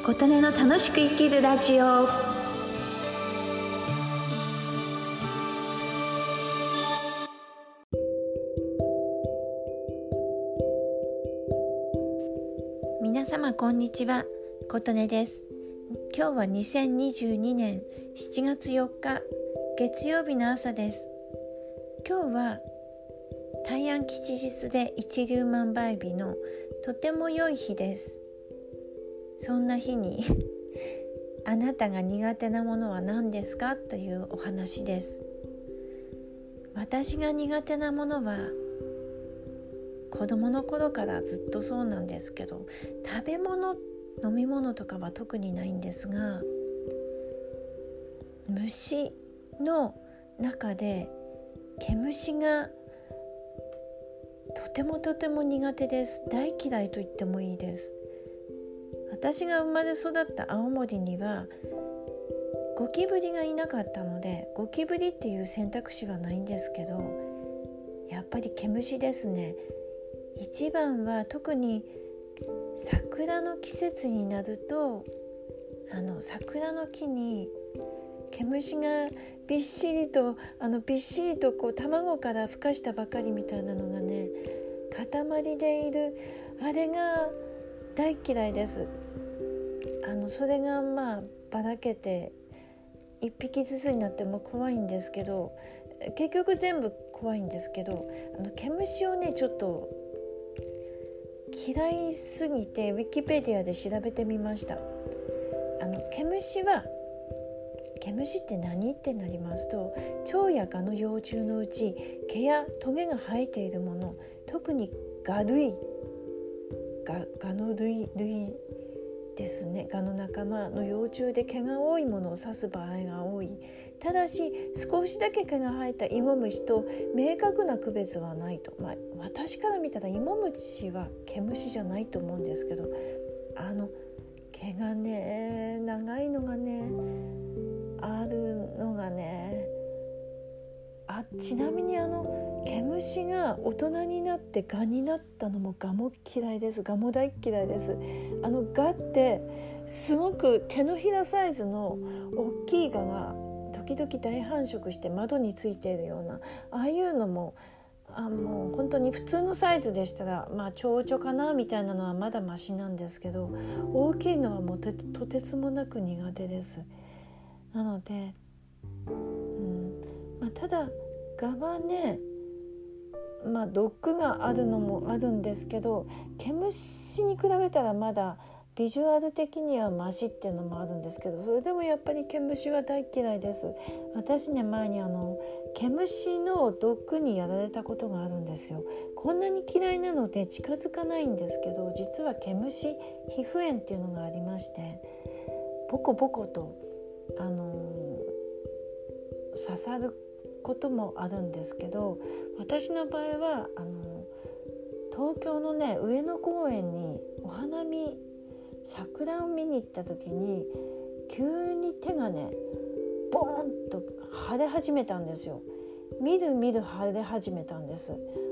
琴音の楽しく生きるラジオ。皆様こんにちは、琴音です。今日は2022年7月4日月曜日の朝です。今日は大安吉日で一粒万倍日のとても良い日です。そんな日にあなたが苦手なものは何ですかというお話です。私が苦手なものは子供の頃からずっとそうなんですけど、食べ物、飲み物とかは特にないんですが、虫の中で毛虫がとても苦手です。大嫌いと言ってもいいです。私が生まれ育った青森にはゴキブリがいなかったので、ゴキブリっていう選択肢はないんですけど、やっぱり毛虫ですね。一番は特に桜の季節になると、桜の木に毛虫がびっしりとこう卵から孵化したばかりみたいなのがね、塊でいる、あれが大嫌いです。それがばらけて一匹ずつになっても怖いんですけど、結局全部怖いんですけど、毛虫をねちょっと嫌いすぎてウィキペディアで調べてみました。毛虫って何ってなりますと、蝶や蛾の幼虫のうち毛やトゲが生えているもの、特に蛾の類ですね。蛾の仲間の幼虫で毛が多いものを指す場合が多い。ただし少しだけ毛が生えた芋虫と明確な区別はないと、私から見たら芋虫は毛虫じゃないと思うんですけど、毛がね長いのがねあるのがね、ちなみに毛虫が大人になって蛾になったのも蛾も嫌いです。蛾も大嫌いです。蛾ってすごく手のひらサイズの大きい蛾が時々大繁殖して窓についているような、ああいうのももう本当に普通のサイズでしたら蝶々かなみたいなのはまだマシなんですけど、大きいのはもうとてつもなく苦手です。なので、ただ蛾はね、毒があるのもあるんですけど、毛虫に比べたらまだビジュアル的にはマシっていうのもあるんですけど、それでもやっぱり毛虫は大嫌いです。私ね、前に毛虫の毒にやられたことがあるんですよ。こんなに嫌いなので近づかないんですけど、実は毛虫皮膚炎っていうのがありまして、ボコボコと刺さることもあるんですけど、私の場合は東京のね上野公園にお花見桜を見に行った時に、急に手がねボーンと腫れ始めたんですよ。みるみる腫れ始めたんです。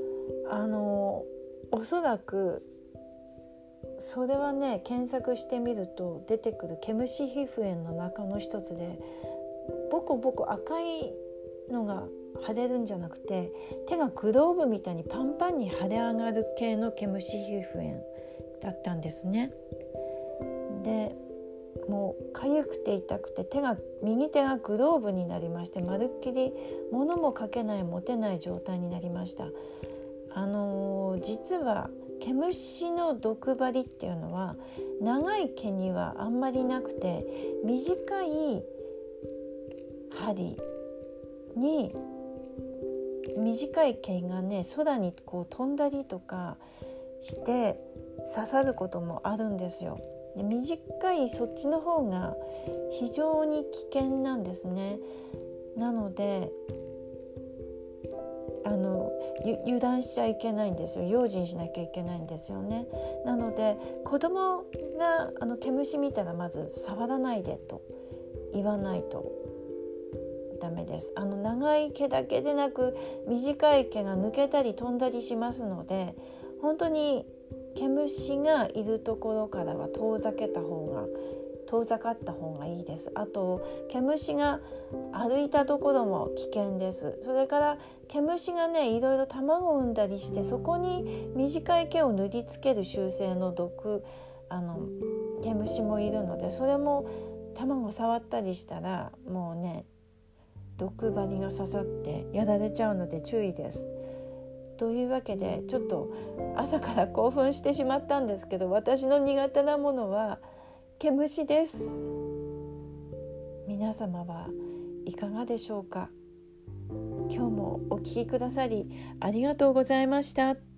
おそらくそれはね、検索してみると出てくる毛虫皮膚炎の中の一つで、ボコボコ赤いのが腫れるんじゃなくて、手がグローブみたいにパンパンに腫れ上がる系の毛虫皮膚炎だったんですね。でもう痒くて痛くて右手がグローブになりまして、まるっきり物もかけない持てない状態になりました。実は毛虫の毒針っていうのは長い毛にはあんまりなくて、短い針に短い毛がね空にこう飛んだりとかして刺さることもあるんですよ。で、短いそっちの方が非常に危険なんですね。なので油断しちゃいけないんですよ。用心しなきゃいけないんですよね。なので子供が毛虫見たらまず触らないでと言わないとダメです。長い毛だけでなく短い毛が抜けたり飛んだりしますので、本当に毛虫がいるところからは遠ざけた方が遠ざかった方がいいです。あと毛虫が歩いたところも危険です。それから毛虫がねいろいろ卵を産んだりして、そこに短い毛を塗りつける習性の毛虫もいるので、それも卵を触ったりしたらもうね毒針が刺さってやられちゃうので注意です。というわけでちょっと朝から興奮してしまったんですけど、私の苦手なものは毛虫です。皆様はいかがでしょうか。今日もお聞きくださりありがとうございました。